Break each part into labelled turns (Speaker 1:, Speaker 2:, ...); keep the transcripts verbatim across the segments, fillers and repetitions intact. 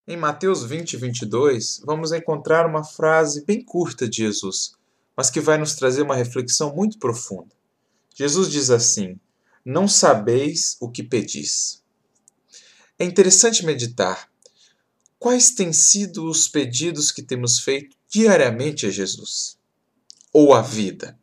Speaker 1: Em Mateus vinte, vinte e dois, vamos encontrar uma frase bem curta de Jesus, mas que vai nos trazer uma reflexão muito profunda. Jesus diz assim: "Não sabeis o que pedis." É interessante meditar quais têm sido os pedidos que temos feito diariamente a Jesus ou à vida.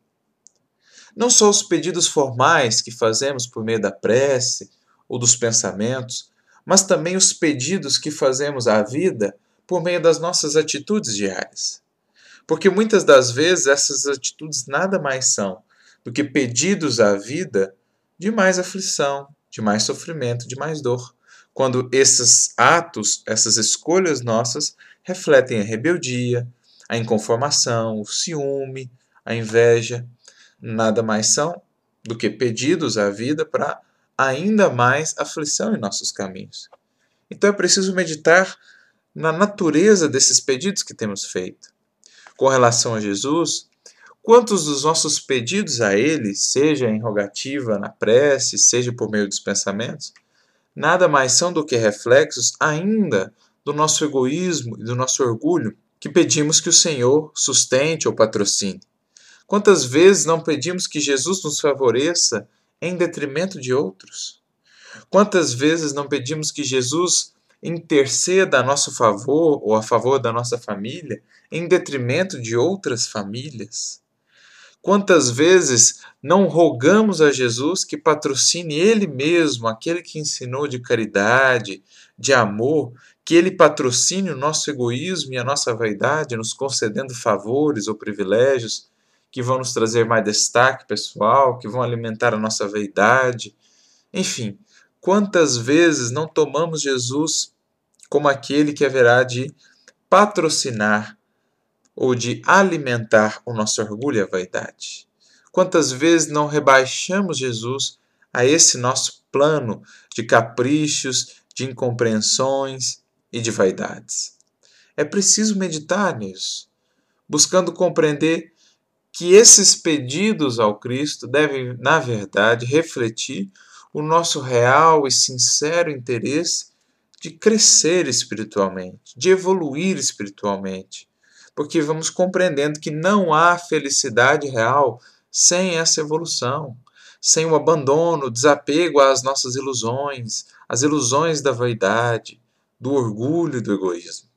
Speaker 1: Não só os pedidos formais que fazemos por meio da prece ou dos pensamentos, mas também os pedidos que fazemos à vida por meio das nossas atitudes diárias. Porque muitas das vezes essas atitudes nada mais são do que pedidos à vida de mais aflição, de mais sofrimento, de mais dor. Quando esses atos, essas escolhas nossas, refletem a rebeldia, a inconformação, o ciúme, a inveja, nada mais são do que pedidos à vida para ainda mais aflição em nossos caminhos. Então é preciso meditar na natureza desses pedidos que temos feito. Com relação a Jesus, quantos dos nossos pedidos a Ele, seja em rogativa, na prece, seja por meio dos pensamentos, nada mais são do que reflexos ainda do nosso egoísmo e do nosso orgulho, que pedimos que o Senhor sustente ou patrocine. Quantas vezes não pedimos que Jesus nos favoreça em detrimento de outros? Quantas vezes não pedimos que Jesus interceda a nosso favor ou a favor da nossa família em detrimento de outras famílias? Quantas vezes não rogamos a Jesus que patrocine Ele mesmo, aquele que ensinou de caridade, de amor, que Ele patrocine o nosso egoísmo e a nossa vaidade, nos concedendo favores ou privilégios que vão nos trazer mais destaque pessoal, que vão alimentar a nossa vaidade? Enfim, quantas vezes não tomamos Jesus como aquele que haverá de patrocinar ou de alimentar o nosso orgulho e a vaidade? Quantas vezes não rebaixamos Jesus a esse nosso plano de caprichos, de incompreensões e de vaidades? É preciso meditar nisso, buscando compreender que esses pedidos ao Cristo devem, na verdade, refletir o nosso real e sincero interesse de crescer espiritualmente, de evoluir espiritualmente, porque vamos compreendendo que não há felicidade real sem essa evolução, sem o abandono, o desapego às nossas ilusões, às ilusões da vaidade, do orgulho e do egoísmo.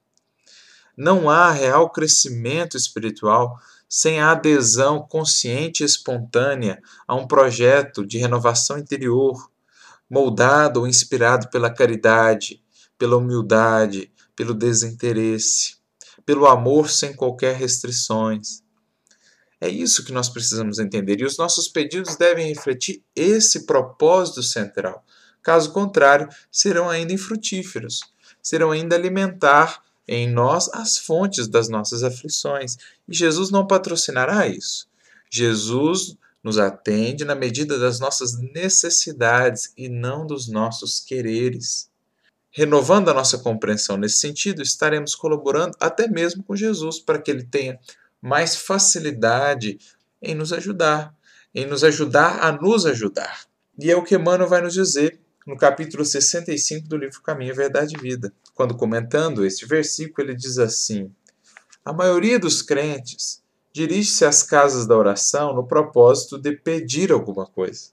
Speaker 1: Não há real crescimento espiritual sem a adesão consciente e espontânea a um projeto de renovação interior, moldado ou inspirado pela caridade, pela humildade, pelo desinteresse, pelo amor sem qualquer restrições. É isso que nós precisamos entender, e os nossos pedidos devem refletir esse propósito central. Caso contrário, serão ainda infrutíferos, serão ainda alimentar em nós as fontes das nossas aflições. E Jesus não patrocinará isso. Jesus nos atende na medida das nossas necessidades e não dos nossos quereres. Renovando a nossa compreensão nesse sentido, estaremos colaborando até mesmo com Jesus para que Ele tenha mais facilidade em nos ajudar, em nos ajudar a nos ajudar. E é o que Emmanuel vai nos dizer no capítulo sessenta e cinco do livro Caminho, Verdade e Vida. Quando comentando este versículo, ele diz assim: a maioria dos crentes dirige-se às casas da oração no propósito de pedir alguma coisa.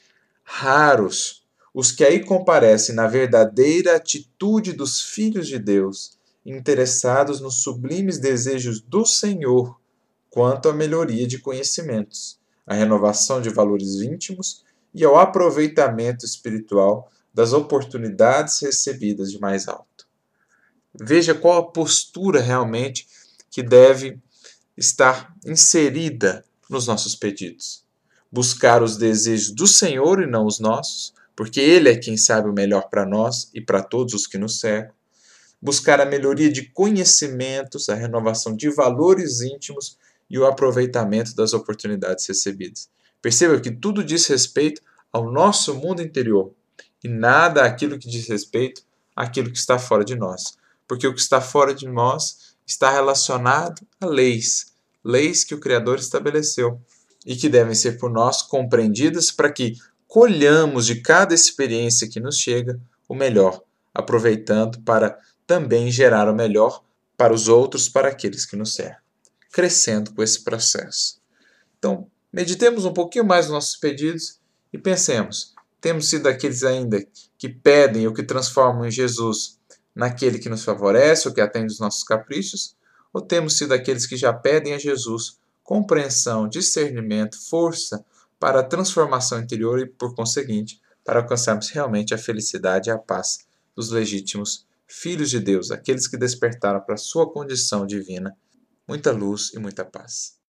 Speaker 1: Raros os que aí comparecem na verdadeira atitude dos filhos de Deus, interessados nos sublimes desejos do Senhor quanto à melhoria de conhecimentos, à renovação de valores íntimos e ao aproveitamento espiritual das oportunidades recebidas de mais alto. Veja qual a postura realmente que deve estar inserida nos nossos pedidos. Buscar os desejos do Senhor e não os nossos, porque Ele é quem sabe o melhor para nós e para todos os que nos cercam. Buscar a melhoria de conhecimentos, a renovação de valores íntimos e o aproveitamento das oportunidades recebidas. Perceba que tudo diz respeito ao nosso mundo interior e nada àquilo que diz respeito àquilo que está fora de nós. Porque o que está fora de nós está relacionado a leis, leis que o Criador estabeleceu e que devem ser por nós compreendidas para que colhamos de cada experiência que nos chega o melhor, aproveitando para também gerar o melhor para os outros, para aqueles que nos servem, crescendo com esse processo. Então, meditemos um pouquinho mais nos nossos pedidos e pensemos, temos sido aqueles ainda que pedem ou que transformam em Jesus naquele que nos favorece ou que atende os nossos caprichos, ou temos sido aqueles que já pedem a Jesus compreensão, discernimento, força para a transformação interior e, por conseguinte, para alcançarmos realmente a felicidade e a paz dos legítimos filhos de Deus, aqueles que despertaram para a sua condição divina muita luz e muita paz.